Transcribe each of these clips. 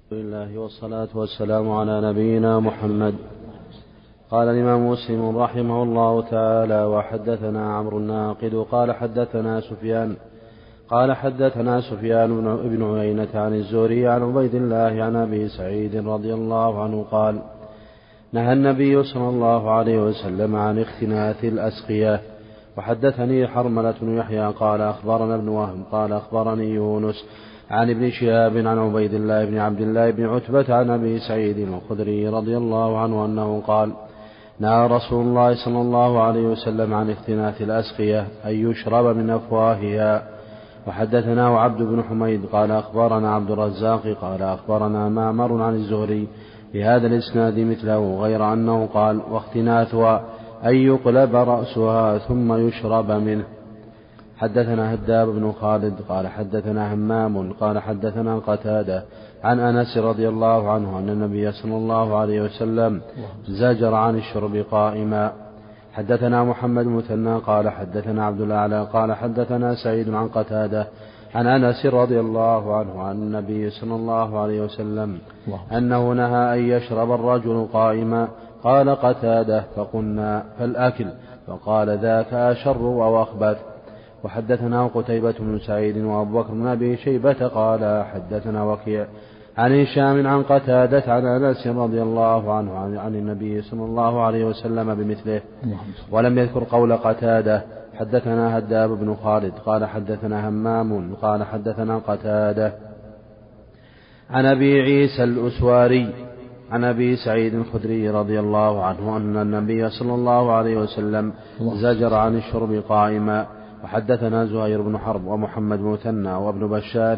الله والصلاة والسلام على نبينا محمد. قال الإمام مسلم رحمه الله تعالى: وحدثنا عمرو الناقد قال حدثنا سفيان بن عيينة عن الزهري عن عبيد الله عن أبي سعيد رضي الله عنه قال: نهى النبي صلى الله عليه وسلم عن اختناث الأسقية. وحدثني حرملة بن يحيى قال أخبرنا ابن وهب قال أخبرني يونس عن ابن شهاب عن عبيد الله بن عبد الله بن عتبة عن أبي سعيد الخدري رضي الله عنه أنه قال: نهى رسول الله صلى الله عليه وسلم عن اختناث الأسقية أن يشرب من أفواهها. وحدثناه عبد بن حميد قال أخبرنا عبد الرزاق قال أخبرنا معمر عن الزهري بهذا الإسناد مثله، غير أنه قال: واختناثها أن يقلب رأسها ثم يشرب منه. حدثنا هداب بن خالد قال حدثنا همام قال حدثنا قتادة عن أنس رضي الله عنه أن النبي صلى الله عليه وسلم زجر عن الشرب قائما. حدثنا محمد المثنى قال حدثنا عبد الأعلى قال حدثنا سعيد عن قتادة عن أنس رضي الله عنه عن النبي صلى الله عليه وسلم أنه نهى أن يشرب الرجل قائما. قال قتادة: فقلنا: فالأكل؟ فقال: ذاك أشر أو أخبث. وحدثنا قتيبة بن سعيد وأبو بكر بن أبي شيبة قال حدثنا وكيع عن هشام عن قتادة عن أنس رضي الله عنه عن النبي صلى الله عليه وسلم بمثله، ولم يذكر قول قتادة. حدثنا هداب بن خالد قال حدثنا همام قال حدثنا قتادة عن أبي عيسى الأسواري عن أبي سعيد الخدري رضي الله عنه أن النبي صلى الله عليه وسلم زجر عن الشرب قائما. وحدثنا زهير بن حرب ومحمد بن مثنى وابن بشار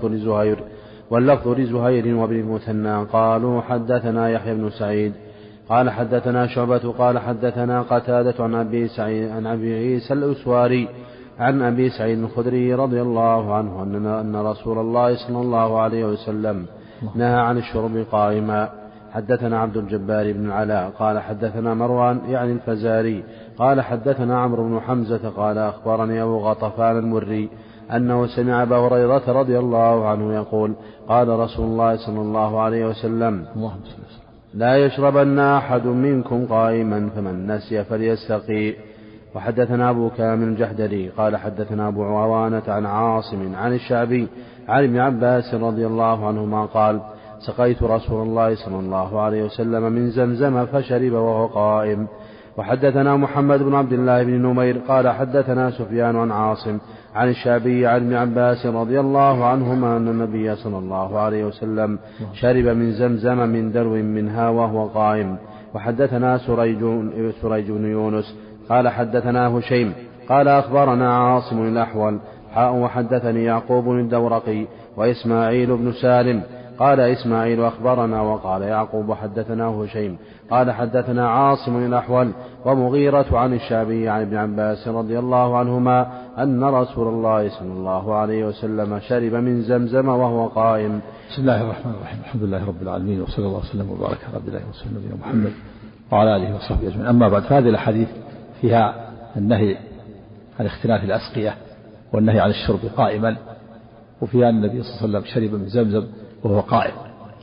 واللفظ لزهير وابن المثنى قالوا حدثنا يحيى بن سعيد قال حدثنا شعبة قال حدثنا قتادة عن أبي عيسى الأسواري عن أبي سعيد الخدري رضي الله عنه أن رسول الله صلى الله عليه وسلم نهى عن الشرب قائما. حدثنا عبد الجبار بن العلاء قال حدثنا مروان يعني الفزاري قال حدثنا عمرو بن حمزة قال أخبرني أبو غطفان المري أنه سمع أبا هريرة رضي الله عنه يقول: قال رسول الله صلى الله عليه وسلم: لا يشربن أحد منكم قائما فمن نسي فليستقي. وحدثنا أبو كامل الجحدري قال حدثنا أبو عوانة عن عاصم عن الشعبي عن ابن عباس رضي الله عنهما قال: سقيت رسول الله صلى الله عليه وسلم من زمزم فشرب وهو قائم. وحدثنا محمد بن عبد الله بن نمير قال حدثنا سفيان عن عاصم عن الشعبي عن ابن عباس رضي الله عنهما أن النبي صلى الله عليه وسلم شرب من زمزم من درو منها وهو قائم. وحدثنا سريج بن يونس قال حدثنا هشيم قال أخبرنا عاصم الأحول وحدثني يعقوب الدورقي وإسماعيل بن سالم قال إسماعيل أخبرنا وقال يعقوب حدثنا هشيم قال حدثنا عاصم الأحول ومغيرة عن الشعبي عن ابن عباس رضي الله عنهما أن رسول الله صلى الله عليه وسلم شرب من زمزم وهو قائم. بسم الله الرحمن الرحيم. الحمد لله رب العالمين وصلى الله وسلم وبارك على عبد الله ورسوله نبينا محمد وعلى آله وصحبه أجمعين. أما بعد، فهذه الأحاديث فيها النهي عن اختلاف الأسقية والنهي عن الشرب قائما، وفيها النبي صلى الله عليه وسلم شرب من زمزم وهو قائم.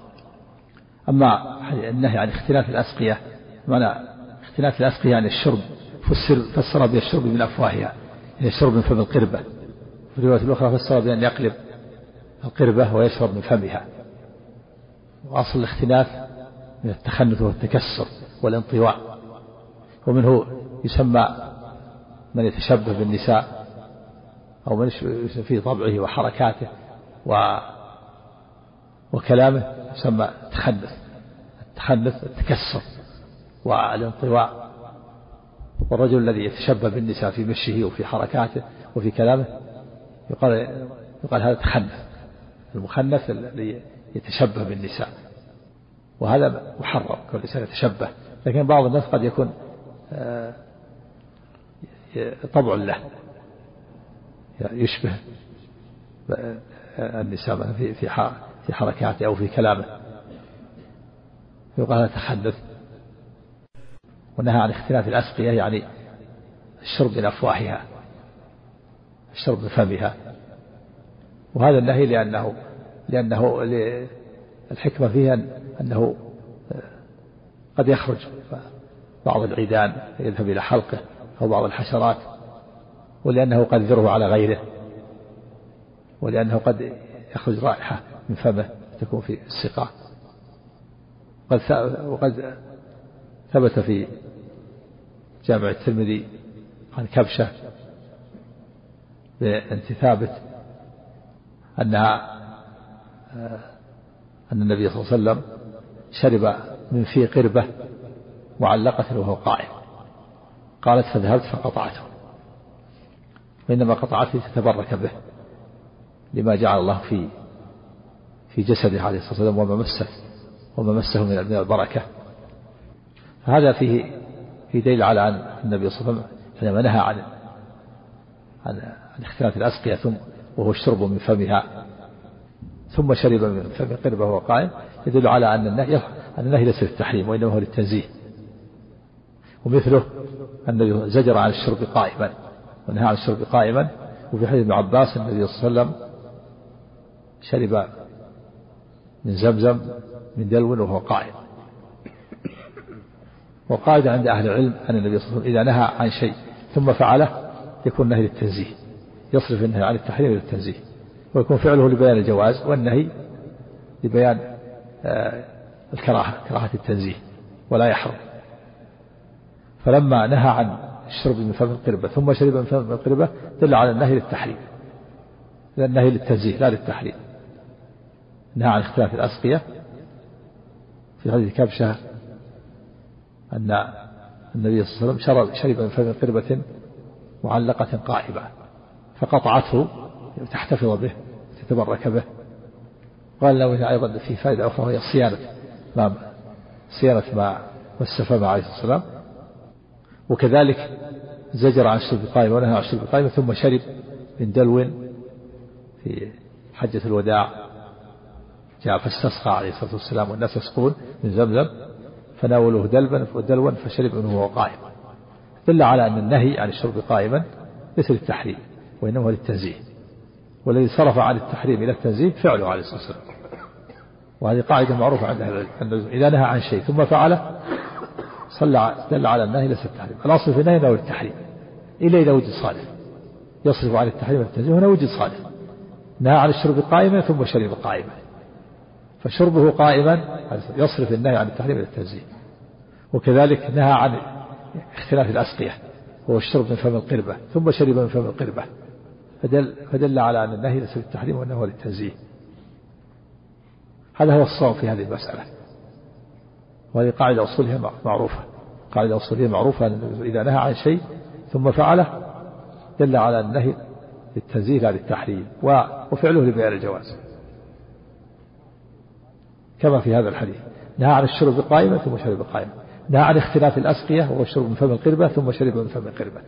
أما النهي عن اختلاف الأسقية، معنى اختلاف الأسقية يعني الشرب فسر بالشرب من أفواهها، يعني الشرب من فم القربة. في الرواية الأخرى فسر بأن يقلب القربة ويشرب من فمها. وأصل الاختلاف من التخنث والتكسر والانطواء، ومنه يسمى من يتشبه بالنساء أو من في طبعه وحركاته وكلامه يسمى التخنث التكسر والانطواء. والرجل الذي يتشبه بالنساء في مشيه وفي حركاته وفي كلامه يقال هذا تخنث. المخنث الذي يتشبه بالنساء، وهذا محرم كل إنسان يتشبه، لكن بعض الناس قد يكون طبع له يشبه النساء في حركاته أو في كلامه، يقال هذا تخنث. ونهى عن اختلاف الأسقية يعني الشرب من أفواهها، الشرب من فمها. وهذا النهي لأنه الحكمة فيها أنه قد يخرج بعض العيدان يذهب إلى حلقه أو بعض الحشرات، ولأنه قد ذره على غيره، ولأنه قد يخرج رائحة من فمه تكون في السقاء. وقد ثبت في جامع الترمذي عن كبشة بنت ثابت أن النبي صلى الله عليه وسلم شرب من في قربة معلقة وهو قائم، قالت فذهبت فقطعته، وإنما قطعته تتبرك به لما جعل الله في جسده عليه الصلاة والسلام وما مسه من البركة. فهذا فيه دليل على أن النبي صلى الله عليه وسلم حينما نهى عن اختلاف الأسقية وهو الشرب من فمها ثم شرب من فم قربة وهو قائم، يدل على أن النهي ليس للتحريم وإنما هو للتنزيه. ومثله النبي زجر عن الشرب قائما ونهى عن الشرب قائما. وفي حديث ابن عباس النبي صلى الله عليه وسلم شرب من زمزم من دلو وهو قائم. وقاعدة عند أهل العلم أن النبي صلى الله عليه وسلم إذا نهى عن شيء ثم فعله يكون نهي للتنزيه، يصرف النهي عن التحريم للتنزيه، ويكون فعله لبيان الجواز والنهي لبيان كراهة التنزيه ولا يحرم. فلما نهى عن الشرب من فم القربة ثم شرب من فم القربة دل على النهي للتحريم، لأن النهي للتنزيه لا للتحريم. نهى عن اختلاف الأسقية في حديث كبشة أن النبي صلى الله عليه وسلم شرب من فم قربة معلقة قائمة فقطعته تحتفظ به تتبرك به. قال له أيضا في فائدة أخرى وهي صيانة ما والسفامة عليه الصلاة والسلام. وكذلك زجر عن الشرب قائمة ونهى عن الشرب قائمة ثم شرب من دلو في حجة الوداع، جاء فاستسقى عليه الصلاة والسلام والناس يسقون من زمزم فناولوه دلوا فشرب منه وهو قائم. دل على أن النهي عن الشرب قائما ليس للتحريم وإنما هو للتنزيه، والذي صرف عن التحريم إلى التنزيه فعله عليه الصلاة والسلام. وهذه قاعدة معروفة عند أهل العلم، إذا نهى عن شيء ثم فعله دل على النهي ليس التحريم. الأصل في النهي أنه للتحريم إلا إذا وجد صالح يصرف عن التحريم والتنزيه، هنا وجد صالح. نهى عن الشرب قائما ثم شرب قائما، فشربه قائما يصرف النهي عن التحريم إلى التنزيه. وكذلك نهى عن اختلاف الأسقية وهو الشرب من فم القربة ثم شرب من فم القربة، فدل على أن النهي ليس للتحريم وأنه هو للتنزيه. هذا هو الصواب في هذه المسألة، وهذه قاعدة أصولها معروفة أن إذا نهى عن شيء ثم فعله دل على النهي للتنزيه لا للتحريم، وفعله لبيان الجواز، كما في هذا الحديث نهى عن الشرب قائما ثم شرب قائما، نهى عن اختلاف الأسقية وهو الشرب من فم القربة ثم شرب من فم القربة.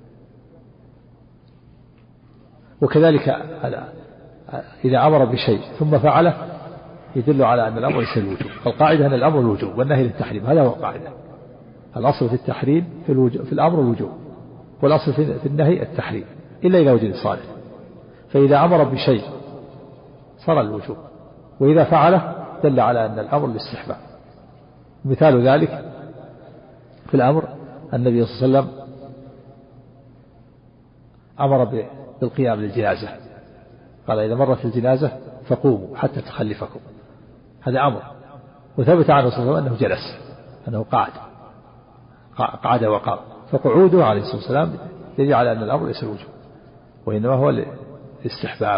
وكذلك إذا أمر بشيء ثم فعله يدل على أن الأمر ليس الوجوب. القاعدة أن الأمر الوجوب والنهي للتحريم، هذا هو القاعدة. الأصل في التحريم في الأمر الوجوب، والأصل في النهي التحريم إلا إذا وجد صالح. فإذا أمر بشيء صار الوجوب، وإذا فعله دل على أن الأمر الاستحباب. مثال ذلك في الأمر النبي صلى الله عليه وسلم أمر بالقيام للجنازة، قال إذا مرت الجنازة فقوموا حتى تخلفكم، هذا أمر. وثبت عنه صلى الله عليه وسلم أنه جلس، أنه قعد وقام، فقعوده عليه الصلاة والسلام يدل على أن الأمر ليس الوجوب وإنما هو الاستحباب.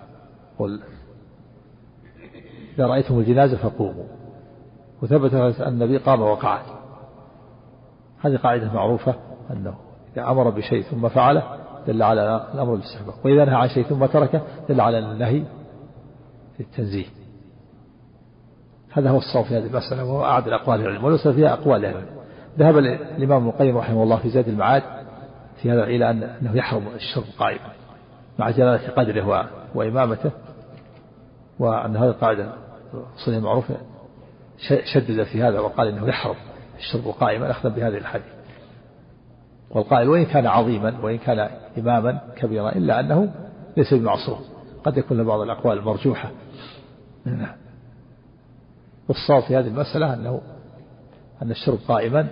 إذا رأيتم الجنازة فقوموا، وثبت أن النبي قام وقعد. هذه قاعدة معروفة أنه إذا أمر بشيء ثم فعله دل على الأمر بالاستحباب، وإذا نهى عن شيء ثم تركه دل على النهي للتنزيه. هذا هو الصواب في هذه المسألة، وهو أعد الأقوال العلم، وليس فيها أقوال العلم. ذهب الإمام ابن القيم رحمه الله في زاد المعاد في هذا إلى أنه يحرم الشرب قائما مع جلالة قدره وإمامته، وأن هذه القاعدة صحيح معروفة، شدد في هذا وقال إنه يحرم الشرب قائما أخذا بهذه الحديث. والقائل وإن كان عظيما وإن كان إماما كبيرا إلا أنه ليس بمعصوم، قد يكون له بعض الأقوال المرجوحة. والصواب في هذه المسألة أن الشرب قائما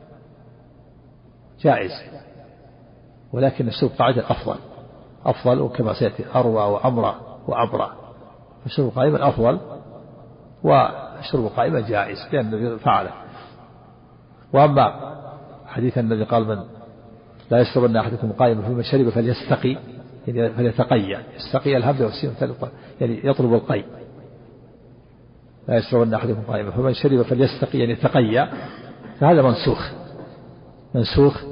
جائز، ولكن الشرب قاعدة أفضل وكما سيأتي أروى وأمرى وأبرى، فالشرب قائما أفضل والشرب قائما جائز لأن النبي فعله. وأما حديث النبي قال من لا يشربن أحدكم قائما فيما شرب فليستقي، يعني فليتقيا، يستقي الهمزة والسين يعني يطلب القي، لا يشربن أحدكم قائما فمن شرب فليستقي يعني يتقيا، فهذا منسوخ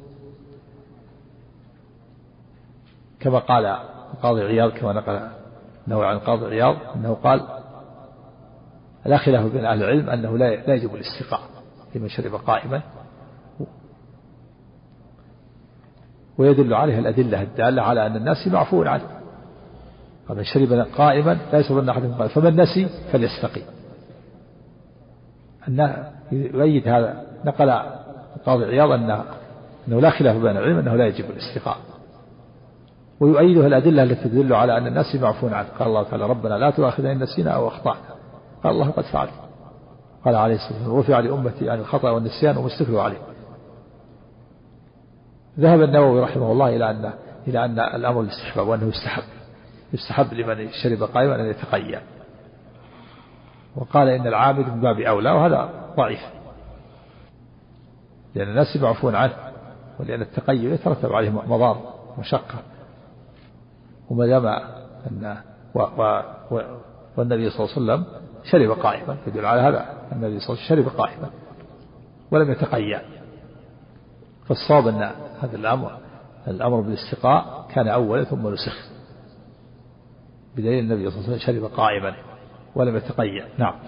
كما قال القاضي عياض، كما نقل نوع عن القاضي عياض أنه قال لا خلاف بين أهل العلم أنه لا يجب الاستقاء لمن شرب قائما، ويدل عليها الأدلة الدالة على أن الناس معفون عنه، فمن شرب قائما لا يشربن أحدهم قائما فمن نسي فليستقي. يؤيد هذا نقل القاضي عياض أنه لا خلاف بين العلم أنه لا يجب الاستقاء، ويؤيدها الأدلة التي تدل على أن الناس معفون عنه. قال الله تعالى ربنا لا تؤاخذنا إن نسينا أو أخطأنا، قال الله قد فعل، قال عليه الصلاة والسلام رفع لأمتي عن الخطأ والنسيان وما استكرهوا عليه. ذهب النووي رحمه الله إلى أن الأمر الاستحباب، وأنه يستحب لمن شرب قائما أن يتقيأ، وقال إن العامد من باب أولى، وهذا ضعيف لأن الناس معفون عنه، ولأن التقيؤ يترتب عليه مضار ومشقة، وما دام أن والنبي صلى الله عليه وسلم شرب قائما يدل على هذا، النبي صلى الله عليه وسلم شرب قائما ولم يتقيأ. فالصواب أن هذا الأمر بالاستقاء كان أولا ثم نسخ، بدليل النبي صلى الله عليه وسلم شرب قائما ولم يتقيأ.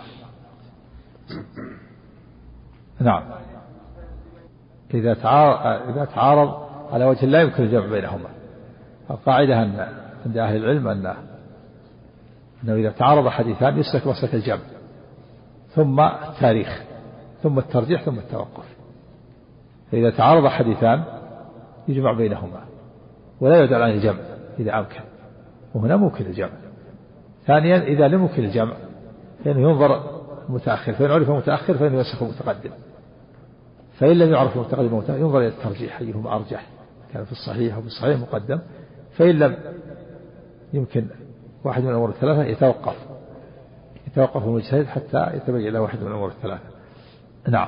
نعم إذا تعارض على وجه لا يمكن الجمع بينهما. القاعدة عند أهل العلم أنه إذا تعارض حديثان يسلك مسلك الجمع، ثم التاريخ، ثم الترجيح، ثم التوقف. فإذا تعارض حديثان يجمع بينهما ولا يدل عن الجمع إذا أمكن، وهنا ممكن الجمع. ثانيا إذا لم يمكن الجمع فإنه ينظر متأخر، فإن عرف متأخر فإنه يسلك متقدم، فإن لم يعرف متقدم ينظر إلى الترجيح أيهما أرجح، كان في الصحيح أو في الصحيح مقدم. فإن لم يمكن واحد من الأمور الثلاثة يتوقف المجتهد حتى يتبين له واحد من الأمور الثلاثة. نعم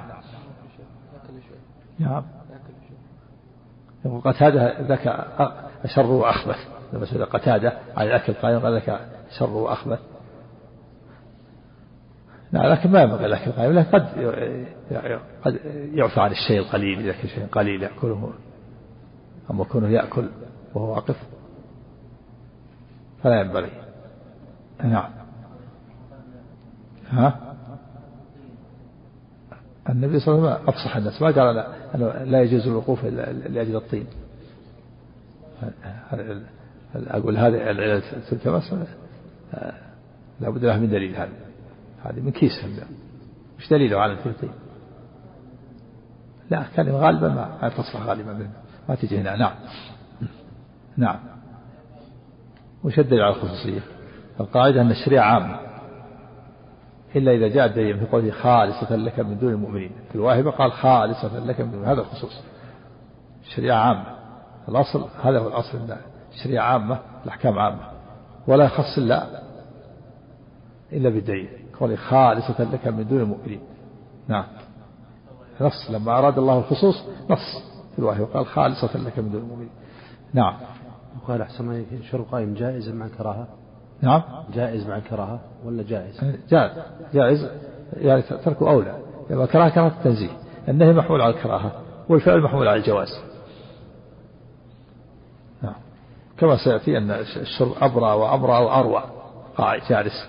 يقول قتادة ذاك أشر وأخبث، لما سئل قتادة عن الأكل قائما قال ذاك أشر وأخبث. نعم لكن ما ينبغي الأكل قائما، قد يعفى عن الشيء القليل إذا كان شيء قليل يأكله، أما كونه يأكل وهو واقف فلا ينبغي. نعم النبي صلى الله عليه وسلم أفصح الناس، ما قال أنه لا يجوز الوقوف لأجل الطين. أقول هذه العلة تلتمس لا بد له من دليل، هذه من كيسهم، مش دليله على الطين. لا كان غالبا ما تصلح غالبا منه، ما تجي هنا. نعم وش الدليل على الخصوصية؟ القاعدة أن الشريعة عامة إلا إذا جاء الدليل في قوله خالصة لك من دون المؤمنين، في الواهبة قال خالصة لك من دون، هذا الخصوص. الشريعة عامة، الأصل هذا هو الأصل، أن الشريعة عامة، الأحكام عامة، ولا يخص إلا بالدليل، قوله خالصة لك من دون المؤمنين. نعم نص، لما أراد الله الخصوص نص في الواهبة قال خالصة لك من دون المؤمنين. نعم وقال أحسن شرب قائم جائز مع كراهة. نعم جائز مع كراهة ولا جائز؟ جائز يعني تركه أولى، لما كراهة التنزيه، النهي محمول على الكراهة والفعل محمول على الجواز. نعم كما سيأتي أن الشرب أبرى وأمرى وأروى قاعد جالس.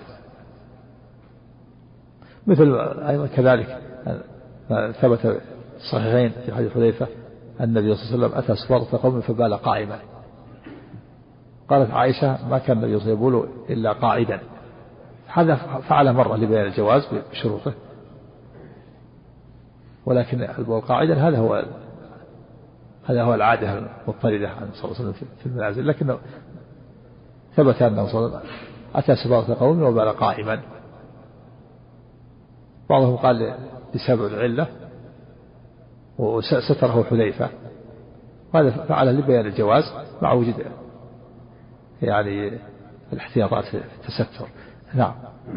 مثل أيضا كذلك ثبت الصحيحين في حديث حذيفة النبي صلى الله عليه وسلم أتى سفارة قوم فبال قائما، قالت عائشة ما كان النبي صلى الله عليه وسلم يبول إلا قاعدا. هذا فعله مرة لبيان الجواز بشروطه، ولكن البول قاعدا هذا هو العادة المضطردة عن صلى الله عليه وسلم في المنازل، لكنه ثبت أنه صلى الله عليه وسلم أتى سفارة قوم وبال قائما. بعضهم قال بسبب العلة وستره حذيفة، وهذا فعله لبيان الجواز مع وجود يعني الاحتياطات في التستر. نعم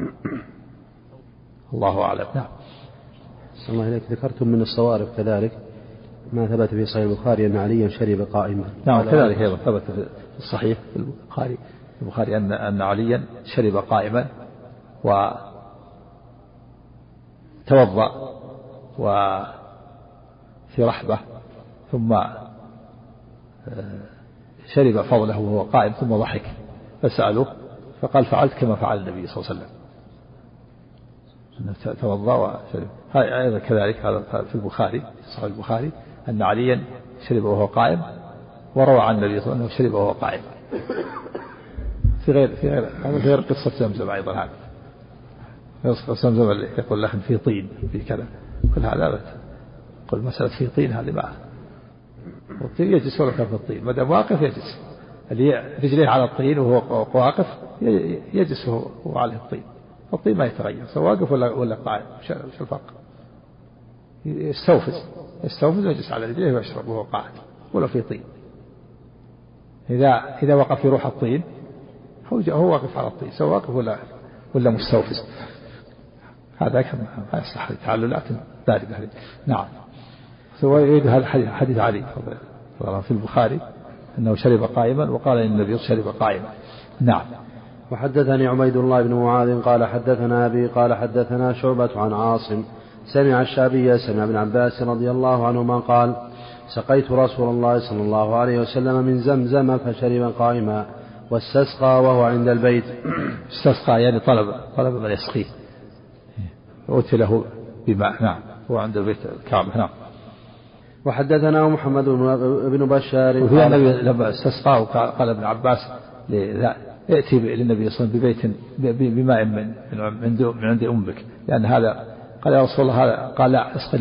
الله أعلم. نعم. صلى الله عليك. ذكرتم من الصوارف كذلك ما ثبت في صحيح البخاري أن عليا شرب قائما. نعم كذلك أيضا ثبت في الصحيح في البخاري أن عليا شرب قائما وتوضأ وفي رحبة ثم شرب فضله وهو قائم ثم ضحك فسألوه فقال فعلت كما فعل النبي صلى الله عليه وسلم، توضأ وشرب. هذا أيضا كذلك هذا في البخاري في صحيح البخاري أن عليا شرب وهو قائم، وروى عن النبي صلى الله عليه وسلم أنه شرب وهو قائم في غير قصة زمزم أيضا. هذا قصة زمزم اللي يقول لكن في طين في كذا كل هذا قل مسألة في طين هذه معه، والطين يجلس ولا كان في الطين ما دام واقف يجلس، اللي رجليه على الطين وهو واقف يجلس وهو على الطين، الطين ما يتغير سواء واقف ولا قاعد. شو الفرق؟ يستوفز ويجلس على رجليه ويشرب وهو قاعد ولا في طين. إذا وقف يروح الطين هو واقف على الطين سواء واقف ولا مستوفز. هذا ما يصلح للتعللات باردة. نعم. سواء يريد هذا حديث علي في البخاري أنه شرب قائما وقال إن النبي شرب قائما. نعم. وحدثني عبيد الله بن معاذ قال حدثنا أبي قال حدثنا شعبة عن عاصم سمع الشعبي سمع ابن عباس رضي الله عنهما قال سقيت رسول الله صلى الله عليه وسلم من زمزم فشرب قائما واستسقى وهو عند البيت. استسقى يعني طلب من يسقيه وأتي له بماء. نعم هو عند البيت الكعبة. نعم. وحدثنا محمد بن بشار وفي النبي لما استسقى قال ابن عباس ائتي للنبي صلى الله عليه وسلم ببيت بماء من عند أمك، لأن هذا قال يا رسول الله هذا قال لا اسقني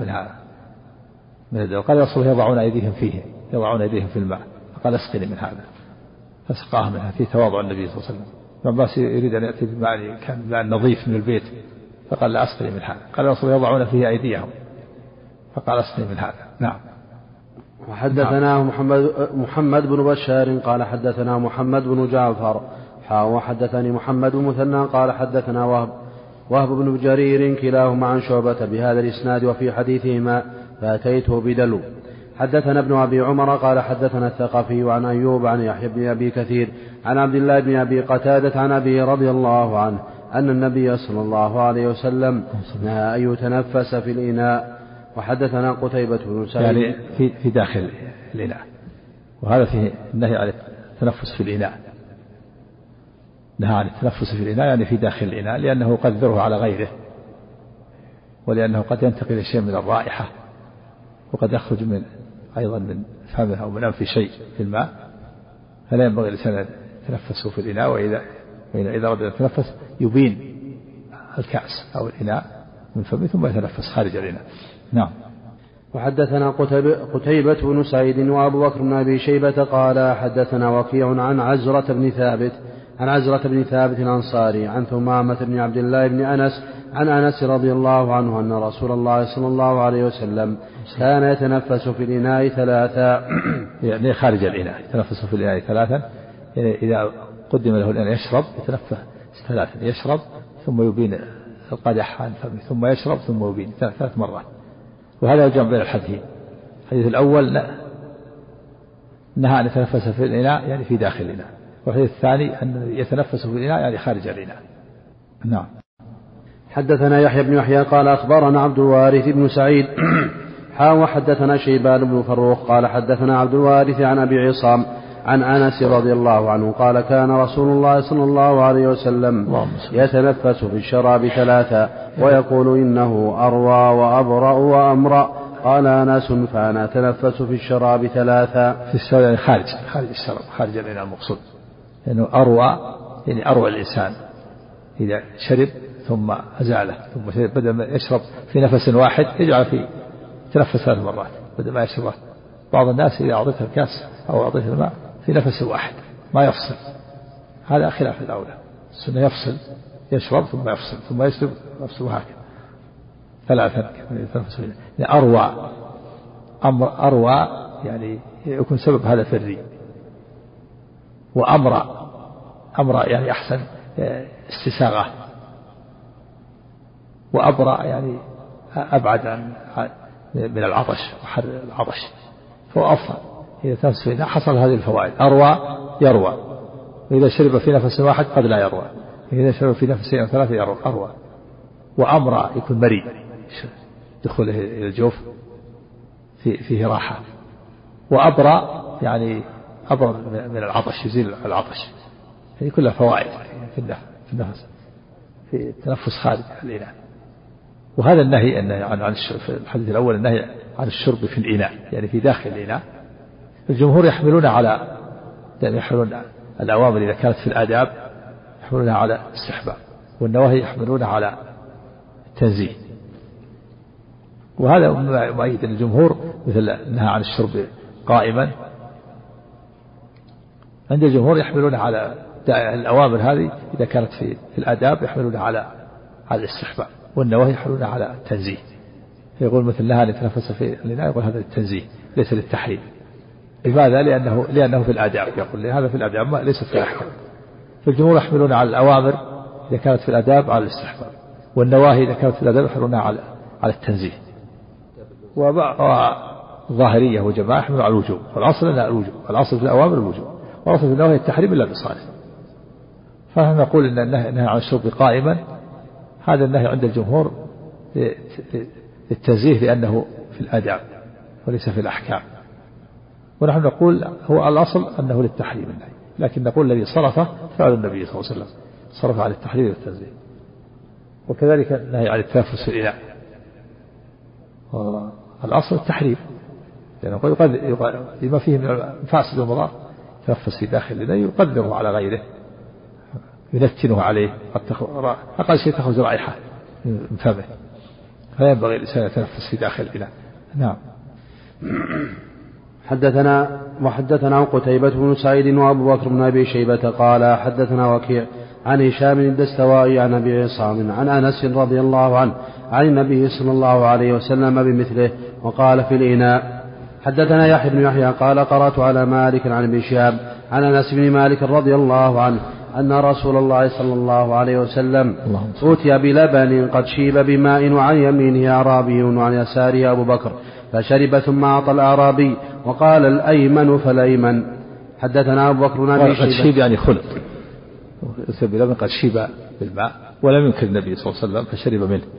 من هذا قال يا رسول الله يضعون أيديهم في الماء فقال اسقني من هذا فسقاه منها في تواضع النبي صلى الله عليه وسلم. ابن عباس يريد أن يأتي بماء كان ماء نظيف من البيت فقال لا اسقني من هذا قال يا رسول الله يضعون فيه أيديهم فقال اسقني من هذا. نعم. وحدثنا محمد بن بشار قال حدثنا محمد بن جعفر وحدثني محمد المثنى قال حدثنا وهب بن جرير كلاهما عن شعبة بهذا الإسناد وفي حديثهما فأتيته بدلو. حدثنا ابن أبي عمر قال حدثنا الثقفي عن أيوب عن يحيى بن أبي كثير عن عبد الله بن أبي قتادة عن أبي رضي الله عنه أن النبي صلى الله عليه وسلم نهى أن يتنفس في الإناء. وحدثنا قتيبة بن سعيد يعني في داخل الإناء، وهذا فيه النهي عن التنفس في الإناء. نهى عن التنفس في الإناء يعني في داخل الإناء لأنه يقدره على غيره، ولأنه قد ينتقل شيء من الرائحة وقد يخرج أيضا من فمه أو من أنف شيء في الماء، فلا ينبغي الإنسان يتنفسه في الإناء. وإذا أراد أن يتنفس يبين الكأس أو الإناء من فمه ثم يتنفس خارج الإناء. نعم. وحدثنا قتيبة بن سعيد وأبو بكر بن أبي شيبة قال حدثنا وكيع عن عزرة بن ثابت الأنصاري عن ثمامة بن عبد الله بن أنس عن أنس رضي الله عنه أن رسول الله صلى الله عليه وسلم كان يتنفس في الإناء ثلاثا. يعني خارج الإناء يتنفس في الإناء ثلاثا، يعني إذا قدم له الإناء يشرب يتنفس ثلاثا، يشرب ثم يبين القدح عن فمه ثم يشرب ثم يبين 3 مرات. وهذا الجمع بين الحديثين. الحديث الأول نهى أن يتنفس في الإناء يعني في داخل الإناء، والحديث الثاني أن يتنفس في الإناء يعني خارج الإناء. نعم. حدثنا يحيى بن يحيى قال أخبرنا عبد الوارث بن سعيد وحدثنا شيبان بن فروخ قال حدثنا عبد الوارث عن أبي عصام عن أنس رضي الله عنه قال كان رسول الله صلى الله عليه وسلم يتنفس في الشراب 3 ويقول إنه أروى وأبرأ وأمرأ. قال أنس فأنا أتنفس في الشراب 3. في الشراب يعني خارج الشراب خارج الإناء المقصود، لأنه أروى يعني أروى الإنسان إذا شرب ثم أزاله ثم شرب بدل ما يشرب في نفس واحد يجعل في تنفس 3 مرات بدل ما يشرب. بعض الناس إذا أعطيته الكاس أو أعطيته الماء في نفس واحد ما يفصل، هذا خلاف الأولى. السنة يفصل، يشرب ثم يفصل ثم يشرب نفسه هكذا. ثلاثا يتنفس يعني أروى يعني يكون سبب هذا في الري، وأمر يعني أحسن استساغة، وأبرأ يعني أبعد من العطش وحر العطش، فهو أفضل إذا تنفس إذا حصل هذه الفوائد. أروى يروى، وإذا شرب في نفس واحد قد لا يروى، إذا شرب في نفسين أو ثلاثة أروى. وأمر يكون مريء دخوله إلى الجوف فيه راحة. وأبرأ يعني أبرأ من العطش، يزيل العطش. هذه كلها فوائد في النفس، في التنفس خارج الإناء. وهذا النهي عن في الحديث الأول النهي عن الشرب في الإناء، يعني في داخل الإناء. الجمهور يحملون الأوامر إذا كانت في الآداب يحملونها على الاستحباب، والنواهي يحملونها على التنزيه. وهذا مؤيد الجمهور، مثل النهي عن الشرب قائما، عند الجمهور يحملون على الأوامر هذه إذا كانت في الآداب يحملونها على الاستحباب، والنواهي يحملونها على التنزيه. يقول مثل نهى أن يتنفس في الإناء، يقول هذا للتنزيه ليس للتحريم. لماذا؟ لأنه في الآداب، يقول هذا في الآداب ليس في الأحكام. فالجمهور يحملون على الأوامر إذا كانت في الآداب على الاستحباب، والنواهي إذا كانت في الآداب يحملونها على التنزيه. وظاهرية وجماعة يحملون على الوجوب، والأصل لا الوجوب، الأصل في الأوامر الوجوب، والأصل في النواهي التحريم إلا بصالح. فنحن نقول إن النهي عن الشرب قائما هذا النهي عند الجمهور للتنزيه، لأنه في الآداب وليس في الأحكام. ونحن نقول هو الأصل أنه للتحريم النهي، لكن نقول الذي صرفه فعل النبي صلى الله عليه وسلم، صرف على التحريم والتنزيه. وكذلك النهي عن التنفس في الإناء، الأصل التحريم، لأنه لما فيه من فاسد ومضار يتنفس في داخل الإناء يقدره على غيره، ينتنه عليه، أقل شيء تخرج رائحة من فمه، فينبغي الإنسان يتنفس في داخل الإناء. نعم. حدثنا قتيبة بن سعيد وأبو بكر بن أبي شيبة قال حدثنا وكيع عن هشام الدستوائي عن أبي عصام عن أنس رضي الله عنه عن النبي صلى الله عليه وسلم بمثله، وقال في الإناء. حدثنا يحيى بن يحيى قال قرأت على مالك عن ابن شهاب عن أنس بن مالك رضي الله عنه أن رسول الله صلى الله عليه وسلم أوتي بلبن قد شيب بماء، وعن يمينه أعرابي وعن يساره أبو بكر، فشرب ثم أعطى الأعرابي وقال الأيمن فالأيمن. حدثنا أبو بكر بن أبي شيبة. قد شيب يعني خلط، أوتي بلبن قد شيب بالماء، ولم ينكر النبي صلى الله عليه وسلم فشرب منه.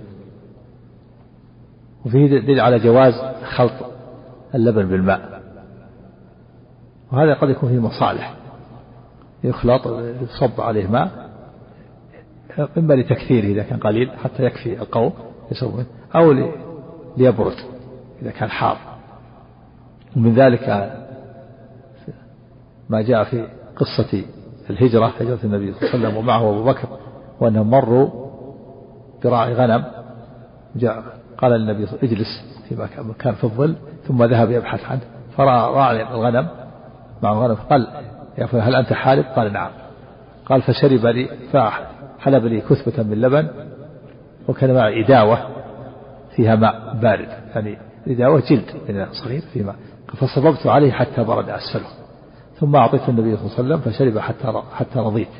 وفيه دليل على جواز خلط اللبن بالماء، وهذا قد يكون فيه مصالح، يخلط يصب عليه ماء، إما لتكثيره إذا كان قليل حتى يكفي القوم يصب منه، أو ليبرد إذا كان حار. ومن ذلك ما جاء في قصة الهجرة، هجرة النبي صلى الله عليه وسلم ومعه أبو بكر، وأنهم مروا براعي غنم، جاء قال النبي صلى الله عليه وسلم اجلس في مكان في الظل، ثم ذهب يبحث عنه فرأى راعي الغنم مع الغنم، قال يا فلان هل أنت حالب؟ قال نعم. قال فشرب لي، فحلب لي كثبة من لبن، وكان معي إداوة فيها ماء بارد، يعني إداوة جلد من صغير في ماء، فصببت عليه حتى برد أسفله، ثم أعطيت النبي صلى الله عليه وسلم فشرب حتى رضيت.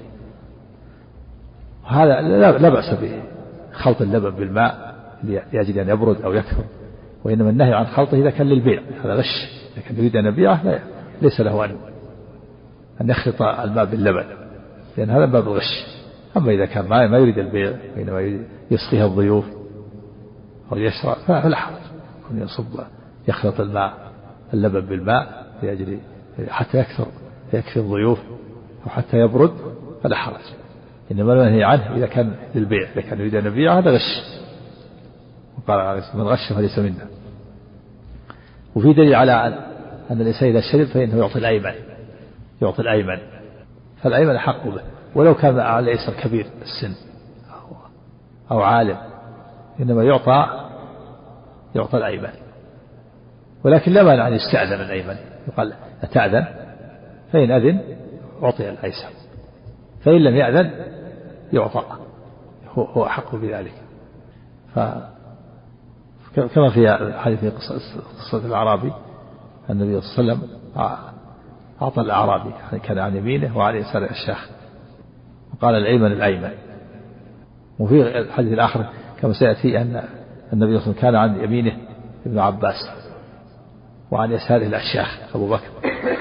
هذا لا بأس به خلط اللبن بالماء لأجل أن يبرد أو يكثر، وإنما النهي عن خلطه إذا كان للبيع، هذا غش. إذا كان يريد أن يبيعه ليس له أن يخلط الماء باللبن، لأن هذا باب الغش. أما إذا كان ما يريد البيع وإنما يسقيها الضيوف أو يشرب فلا حرج أن يخلط اللبن بالماء لأجل حتى يكفي الضيوف أو حتى يبرد، فلا حرج. إنما المنهي عنه إذا كان للبيع، إذا كان يريد أن يبيع هذا غش، وقال من غش فليس منا. وفي دليل على أن الإنسان إذا شرب فإنه يعطي الأيمن، فالأيمن أحق به، ولو كان على الأيسر كبير السن أو عالم، إنما يعطى الأيمن. ولكن لا مانع أن يستأذن الأيمن، يقال أتأذن؟ فإن أذن أعطي الأيسر، فإن لم يأذن يعطى، هو أحق بذلك. كما في حديث قصة الأعرابي النبي صلى الله عليه وسلم أعطى الأعرابي كان عن يمينه وعن يساره الشيخ وقال الأيمن. وفي الحديث الآخر كما سيأتي أن النبي صلى الله عليه وسلم كان عن يمينه ابن عباس وعن يساره الشيخ أبو بكر.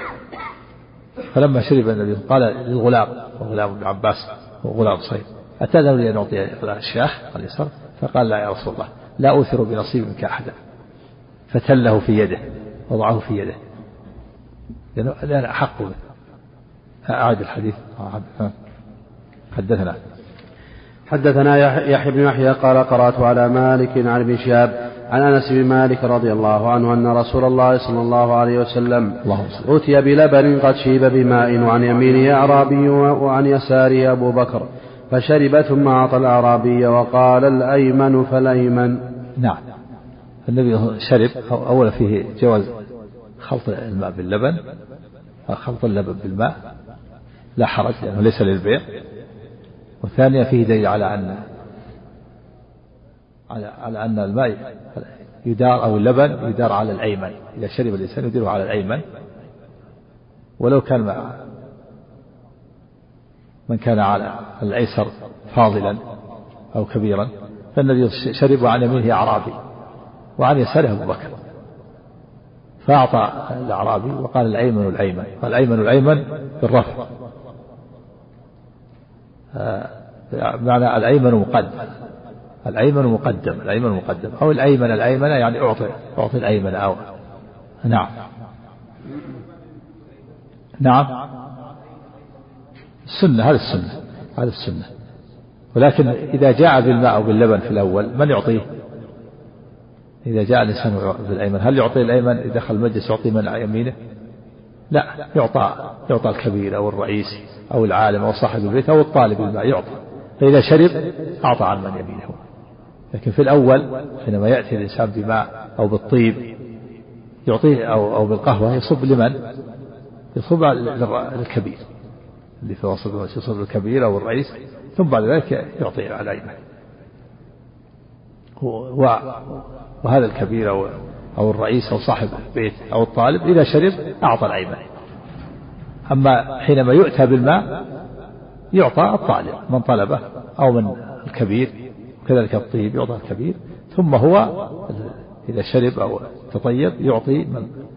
فلما شرب النبي قال للغلام وغلام ابن عباس وغلام صغير أتأذن لي أن أعطي الشيخ على اليسار؟ فقال لا يا رسول الله لا أوثر بنصيب منك أحدا. فتله في يده وضعه في يده لأن أحق به. أعد الحديث. حدثنا يحيى بن يحيى قال قرأت على مالك عن ابن شهاب عن أنس بن مالك رضي الله عنه أن رسول الله صلى الله عليه وسلم أتي بلبن قد شيب بماء وعن يمينه أعرابي وعن يساره أبو بكر فشرب ثم أعطى الأعرابي وقال الأيمن فالأيمن. نعم النبي شرب. أولا فيه جواز خلط الماء باللبن. خلط اللبن بالماء لا حرج لأنه ليس للبيع. وثانيا فيه دليل على أن الماء يدار أو اللبن يدار على الأيمن. إذا شرب الإنسان يديره على الأيمن ولو كان من كان على الأيسر فاضلا أو كبيرا. فالنبي شرب عن يمينه أعرابي وعن يساره أبو بكر فأعطى الأعرابي وقال الأيمن بالرفع معنى الأيمن مقدم أو الأيمن يعني أعطي الأيمن أو نعم السنة. هذا السنة. ولكن إذا جاء بالماء أو باللبن في الأول من يعطيه؟ إذا جاء الإنسان بالأيمن هل يعطي الأيمن إذا دخل المجلس يعطي من يمينه؟ لا، يعطى الكبير أو الرئيس أو العالم أو صاحب البيت أو الطالب الماء يعطى. فإذا شرب أعطى عن من يمينه. لكن في الأول حينما يأتي الإنسان بماء أو بالطيب يعطيه أو بالقهوة يصب لمن؟ يصب للكبير اللي في وسط المجلس، يصب للكبير أو الرئيس، ثم بعد ذلك يعطيه على الأيمن. وهذا الكبير أو الرئيس أو صاحب البيت أو الطالب إذا شرب أعطى الأيمن. أما حينما يؤتى بالماء يعطى الطالب من طلبه أو من الكبير، كذلك الطيب يعطى الكبير، ثم هو إذا شرب أو تطيب يعطي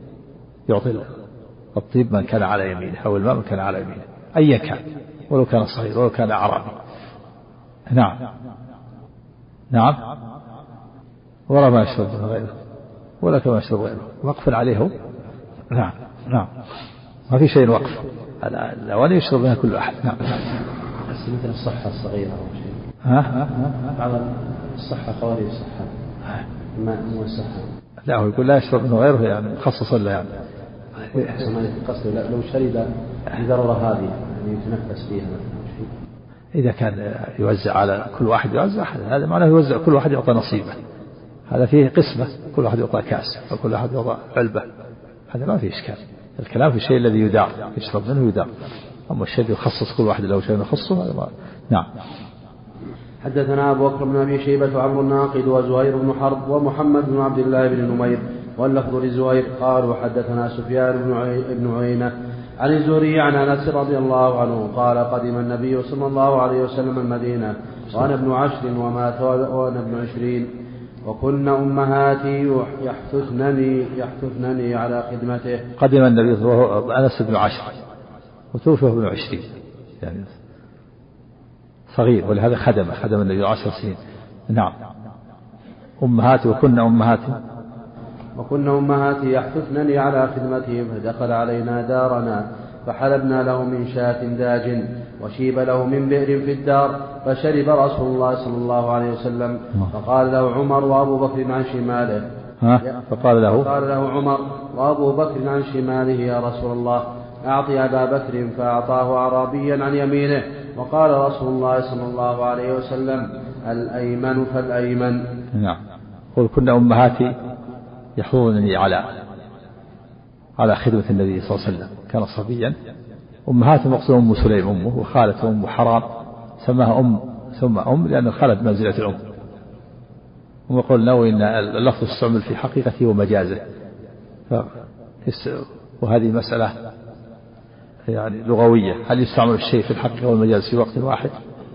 الطيب من كان على يمينه أو الماء من كان على يمينه أيا كان، ولو كان صغير ولو كان أعرابي. نعم ولا ما يشرب غيره ولا كما يشرب غيره، وقف عليه. نعم ما في شيء وقف، الأواني يشرب منها كل أحد. نعم بس مثل الصحة الصغيرة أو شيء. بعض الصحة خواري الصحة مو الصحة. لا هو يقول لا يشرب منه غيره، يعني خصص له يعني. قصده لو شرب الضرورة هذه يعني يتنفس فيها مثلا شيء. إذا كان يوزع على كل واحد يوزع، هذا معناه يوزع كل واحد يعطى نصيبه. هذا فيه قسمة، كل واحد يعطى كاس وكل واحد يعطى علبة، هذا ما فيه إشكال. الكلام في الشيء الذي يدار يشرب منه يدار، أما الشيء يخصص كل واحد له شيء يخصه هذا ما. نعم. حدثنا أبو بكر بن أبي شيبة وعمرو الناقد وزهير بن حرب ومحمد بن عبد الله بن نمير واللفظ لزهير قالوا حدثنا سفيان بن عيينة عن الزهري عن أنس رضي الله عنه قال قدم النبي صلى الله عليه وسلم المدينة وأنا ابن 10 ومات وأنا ابن 20 وكن أمهاتي يحثثنني على خدمته. قدم النبي صلى الله عليه وسلم أنس بن 10 وتوفي ابن 20 يعني صغير، ولهذا خدم النبي 10 سنين. نعم. أمهاتي وكن أمهاتي يحثثنني على خدمتهم، فدخل علينا دارنا فحلبنا له من شاة داج وشيب له من بئر في الدار، فشرب رسول الله صلى الله عليه وسلم فقال له عمر وأبو بكر عن شماله فقال له عمر وأبو بكر عن شماله يا رسول الله أعطي أبا بكر، فأعطاه أعرابيا عن يمينه، وقال رسول الله صلى الله عليه وسلم الأيمن فالأيمن. نعم. قل كن أمهاتي يحضرنني على خدمة النبي صلى الله عليه وسلم، كان صبيا. أمهات مقصود أم سليم أمه، وخالته أم حرام سماها أم ثم أم لأن الخالة بمنزلة الأم، ويقول النووي إن اللفظ استعمل في حقيقته ومجازه، وهذه مسألة يعني لغوية، هل يستعمل الشيء في الحقيقة والمجاز في وقت واحد؟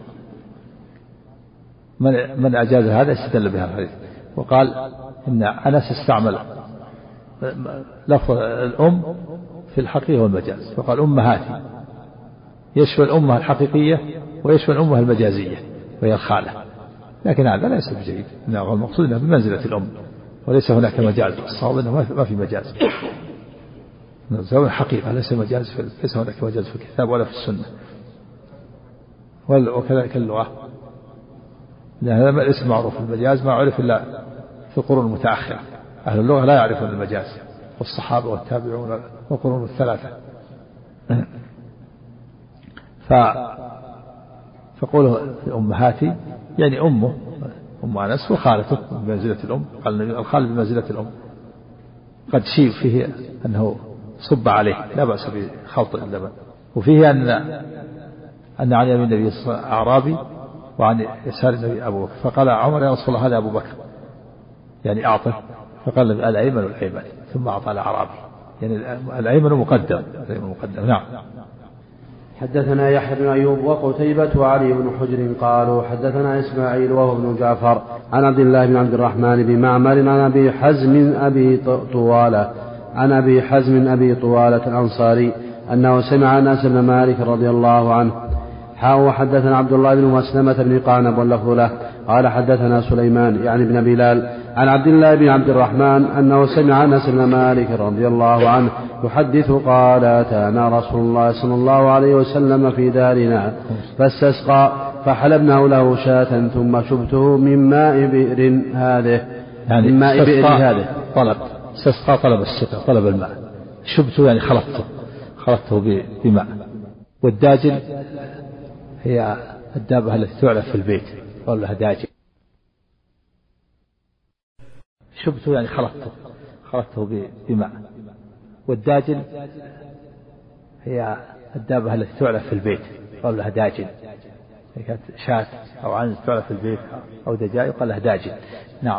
من أجاز هذا استدل بها الحديث. وقال إن أنس استعمل لفظ الأم في الحقيقة والمجاز، فقال أمهاتي، يشمل الأمة الحقيقية ويشمل الأمة المجازية وهي الخالة، لكن هذا ليس بجيد، إنه المقصود أنه بمنزلة الأم وليس هناك مجاز. الصواب أنه ما في مجاز، سواء حقيقة ليس مجاز، ليس هناك مجاز في الكتاب ولا في السنة. وكذلك اللغة، لأن هذا ليس معروف. المجاز ما عرف إلا في القرون المتأخرة، أهل اللغة لا يعرفون المجاز، والصحابة والتابعون والقرون الثلاثة. فقوله أمهاتي يعني أمه، أم أنس وخالته بمنزلة الأم، قال الخال بمنزلة الأم. قد شيء فيه أنه صب عليه، لا بأس بخلط اللبن. وفيه أن عن يمين النبي أعرابي وعن يسار النبي أبو بكر، فقال عمر يا رسول الله هذا أبو بكر يعني أعطه، فقال الأيمن والأيمن، ثم أعطى الأعرابي، يعني الأيمن مقدم. نعم. حدثنا يحيى بن أيوب وقتيبة وعلي بن حجر قالوا حدثنا إسماعيل وهو بن جعفر عن عبد الله بن عبد الرحمن بن معمر عن أبي حزم أبي طوالة الأنصاري أنه سمع أنس بن مالك رضي الله عنه وحدثنا عبد الله بن مسلمة بن قعنب واللفظ له قال حدثنا سليمان يعني بن بلال عن عبد الله بن عبد الرحمن أنه سمع أنس بن مالك رضي الله عنه يحدث قال أتانا رسول الله صلى الله عليه وسلم في دارنا فاستسقى فحلبناه له شاة ثم شبته من ماء بئر هذه، يعني من ماء بئر هذه. استسقى طلب السقى، طلب الماء. شبته يعني خلطته بماء. والداجل هي الدابة التي تعلف في البيت، قال لها داجل. شبته يعني خلطته بماء. والداجل هي الدابة التي تعلف في البيت، قال لها داجل. كانت شاة أو عنز تعلف في البيت أو دجاج قال لها داجل. نعم.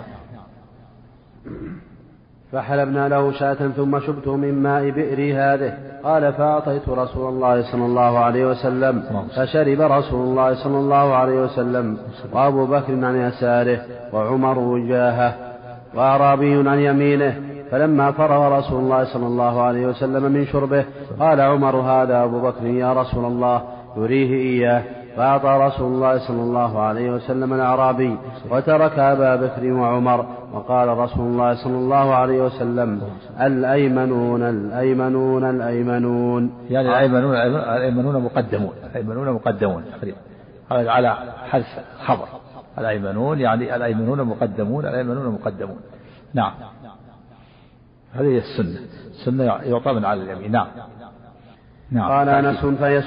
فحلبنا له شاة ثم شبته من ماء بئر هذه. قال فأعطيت رسول الله صلى الله عليه وسلم فشرب رسول الله صلى الله عليه وسلم وأبو بكر عن يساره وعمر وجاهه وأعرابي عن يمينه. فلما فرغ رسول الله صلى الله عليه وسلم من شربه قال عمر هذا أبو بكر يا رسول الله يريه إياه. فأعطى رسول الله صلى الله عليه وسلم الأعرابي وترك أبا بكر وعمر. وقال رسول الله صلى الله عليه وسلم الأيمنون الأيمنون الأيمنون، يعني الأيمنون مقدمون على حذف خبر. الأيمنون يعني الأيمنون مقدمون. نعم. هذه هي السنة يعطى من على اليمين. نعم. قال أنس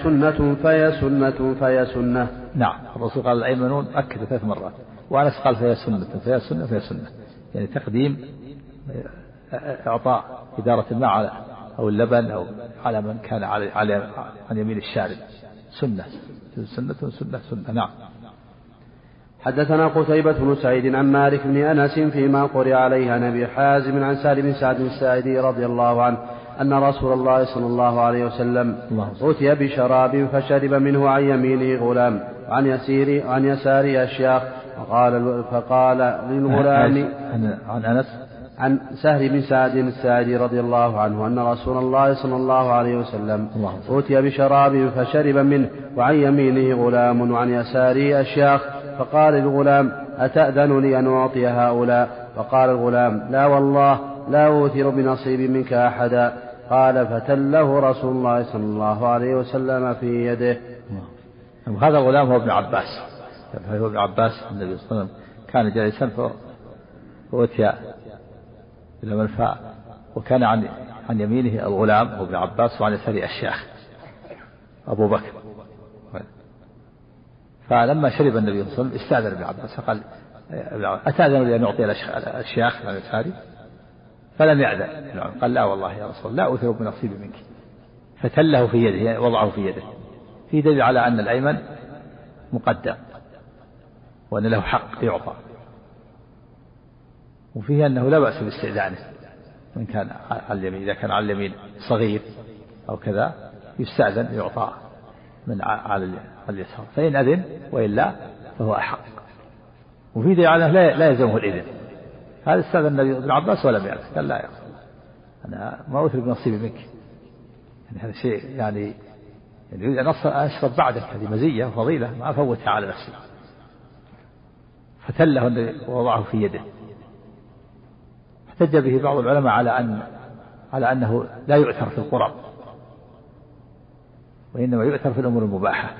فهي سنة. نعم. الرسول قال الأيمنون أكد 3 مرات، وأنس قال فهي سنة، يعني تقديم إعطاء إدارة الماء على أو اللبن أو على من كان عن يمين الشارب. سنة. نعم. حدثنا قتيبة بن سعيد عن مالك بن أنس فيما قرئ عليه عن أبي حازم عن سالم بن سعد الساعدي رضي الله عنه أن رسول الله صلى الله عليه وسلم أتي بشراب فشرب منه عن يمينه غلام وعن يساره أشياخ فقال للغلام عن أنس عن سهل بن سعد الساعدي رضي الله عنه أن رسول الله صلى الله عليه وسلم أتي بشراب فشرب منه وعن يمينه غلام وعن يساره أشياخ فقال للغلام أتأذن لي أن أعطي هؤلاء؟ فقال الغلام لا والله لا أوثر بنصيب منك أحدا. قال فتله رسول الله صلى الله عليه وسلم في يده. هذا الغلام هو ابن عباس. النبي صلى الله عليه وسلم كان جالسا فأتي إلى منفى، وكان عن يمينه الغلام هو ابن عباس وعن يساره الشيخ أبو بكر. فلما شرب النبي صلى الله عليه وسلم استأذن ابن عباس فقال أتأذن لي أن أعطي الأشياخ عن يساري؟ فلم يأذن. قال لا والله يا رسول الله لا أوثر بنصيبي منك. فتله في يده، يعني وضعه في يده، في دليل على أن الأيمن مقدم وأن له حق يعطى. وفيه أنه لا بأس باستئذانه من كان على اليمين، إذا كان على اليمين صغير أو كذا يستأذن يعطى من على اليسار، فإن أذن وإلا فهو أحق. وفي دليل على لا يلزمه الإذن. هذا استأذن النبي ابن عباس ولم يأذن، قال لا يا رسول الله أنا ما أترك نصيبي منك، يعني هذا شيء يعني يريد أن أشرب بعدك، هذه مزية وفضيلة ما أفوتها على نفسي. فتله ووضعه في يده. احتج به بعض العلماء على أنه لا يؤثر في القرب، وإنما يؤثر في الأمور المباحة.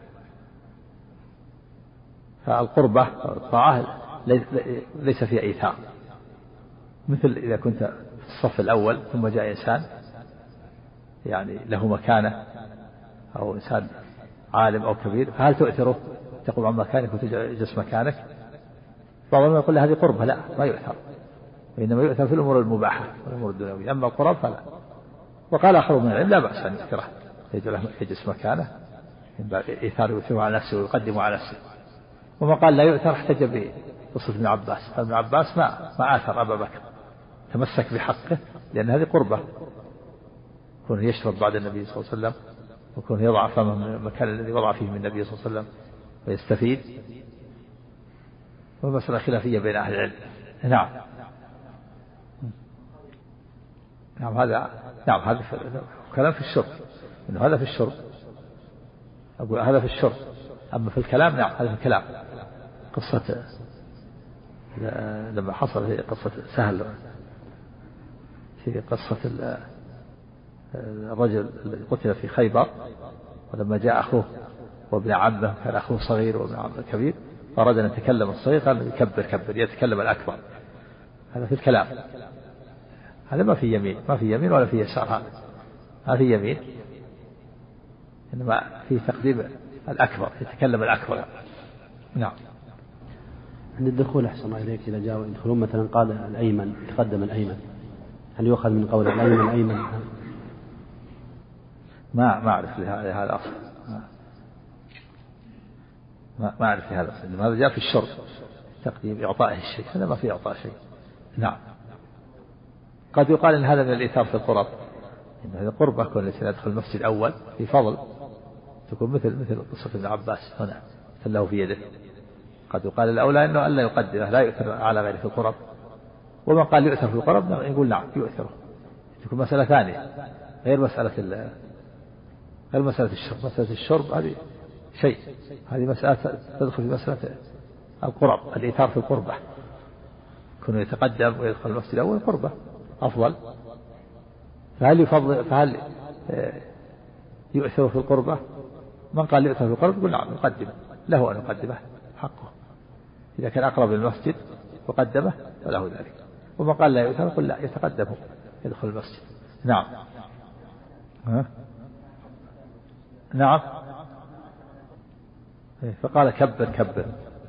فالقربة الطاعة ليس فيها إيثار، مثل إذا كنت في الصف الأول ثم جاء إنسان يعني له مكانة أو إنسان عالم أو كبير، فهل تؤثره تقوم عن مكانك وتجلس مكانك؟ بعضهم يقول له هذه قربة، لا ما يؤثر، وإنما يؤثر في الأمور المباحة والأمور الدنيوية، أما القرب فلا. وقال آخر من العلم لا بأس أن يذكره يجلس مكانه من باب إيثار يؤثره على نفسه ويقدمه على نفسه. وما قال لا يؤثر احتج بقصة ابن عباس، فابن عباس ما آثر أبا بكر، تمسك بحقه، لأن هذه قربة، يكون يشرب بعد النبي صلى الله عليه وسلم، ويكون يضع فمه من المكان الذي وضع فيه من النبي صلى الله عليه وسلم ويستفيد. ومسألة خلافية بين أهل العلم. نعم هذا كلام في الشرب، إنه هذا في الشرب، أقول هذا في الشرب. أما في الكلام نعم هذا في الكلام. قصة لما حصل في قصة سهل، في قصة الرجل الذي قتل في خيبر، ولما جاء أخوه وابن عمه، كان أخوه صغير وابن عمه كبير، فأراد أن يتكلم الصغير قال كبر يتكلم الأكبر. هذا في الكلام، هذا ما في يمين ولا في يسار، هذا في يمين، إنما في تقديم الأكبر، يتكلم الأكبر. نعم. عند الدخول أحسن إليك إذا جاءوا يدخلون مثلا قال الأيمن تقدم الأيمن، هل يؤخذ من قول الأيمن؟ ما أعرف لهذا الأصل، ما أعرف لهذا الأصل. هذا جاء في الشرط تقديم إعطائه الشيء، هذا ما في إعطاء شيء. نعم. قد يقال إن هذا من الإيثار في القرب، إن هذه قربة كون الإنسان يدخل المسجد الأول في فضل، تكون مثل قصة ابن عباس هنا له في يده. قد يقال الأولى إنه ألا يقدمه، لا يؤثر على غيره في القرب. ومن قال يؤثر في القرب يقول نعم يؤثره، تكون مسألة ثانية غير مسألة الشرب. مسألة الشرب هذه شيء، هذه مسألة تدخل في مسألة القرب، الإيثار في القربة، كونه يتقدم ويدخل المسجد الأول قربة أفضل. فهل يؤثر في القربة؟ من قال يؤثر في القربة يقول نعم يقدمه، له أن يقدمه حقه، إذا كان أقرب للمسجد وقدمه فله ذلك. ومن قال لا يؤثر يقول لا يتقدمه يدخل المسجد. نعم. نعم. فقال كبر،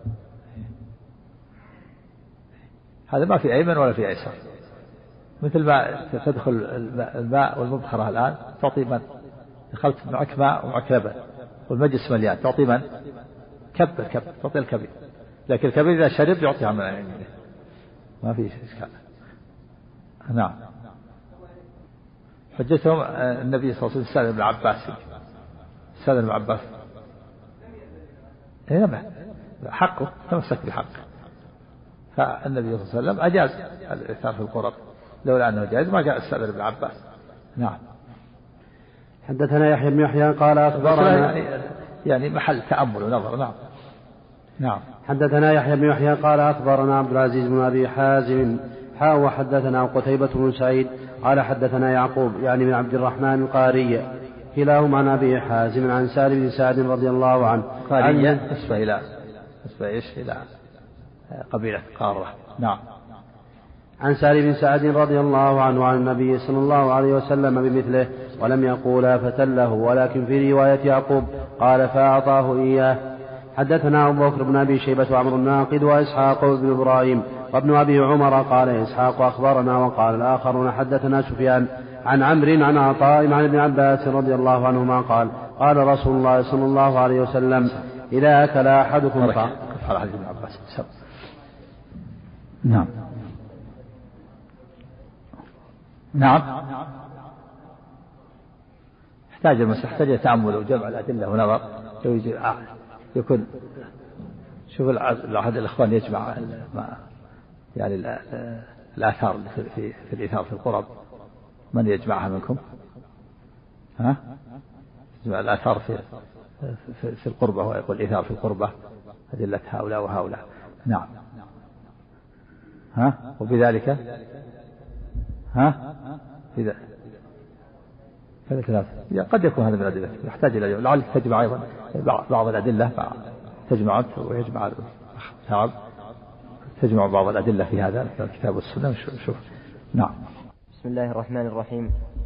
هذا ما في أيمن ولا في أيسر، مثل ما تدخل الماء والمبخرة الآن تعطي من دخلت معك ماء ومعك لبن والمجلس مليان، تعطي من كبر تعطي الكبير، لكن الكبير إذا شرب يعطي عن يمينه، ما في إشكال. نعم. حجتهم النبي صلى الله عليه وسلم سأل ابن عباس نعم حقه، تمسك بحقه، فالنبي صلى الله عليه وسلم أجاز الإيثار في القرب، لولا أنه جائز ما جاء السأل ابن عباس. نعم. حدثنا يحيى بن يحيى قال أخبرنا يعني محل تأمل ونظر. نعم. حدثنا يحيى بن يحيى قال أخبرنا عبد العزيز بن أبي حازم وحدثنا قتيبة بن سعيد قال حدثنا يعقوب يعني بن عبد الرحمن القاري كلاهما عن أبي حازم عن سالم بن سعد رضي الله عنه. قارية نسبة إلى قبيلة قارة. نعم. عن سالم بن سعد رضي الله عنه عن النبي صلى الله عليه وسلم بمثله ولم يقولا فتله، ولكن في رواية يعقوب قال فأعطاه إياه. حدثنا أبو بكر بن أبي شيبة وعمر الناقد وإسحاق بن إبراهيم وابن أبي عمر قال إسحاق أخبرنا، وقال الآخرون حدثنا سفيان عن عمرو عن عطاء عن ابن عباس رضي الله عنهما قال قال رسول الله صلى الله عليه وسلم إذا أكل أحدكم على حديث ابن عباس. نعم. نعم. يحتاج تأمل وجمع الأدلة ونظر. يكون شوف أحد الإخوان يجمع يعني الآثار في الإيثار في القرب، من يجمعها منكم؟ يجمع الآثار في القربة، ويقول إيثار في القربة أدلة هؤلاء وهؤلاء. نعم. وبذلك إذا قد يكون هذا من الأدلة، يحتاج إلى لعلك تجمع أيضا بعض الأدلة، تجمع ويجمع تجمع بعض الأدلة في هذا الكتاب والسنة. شوف. نعم. بسم الله الرحمن الرحيم.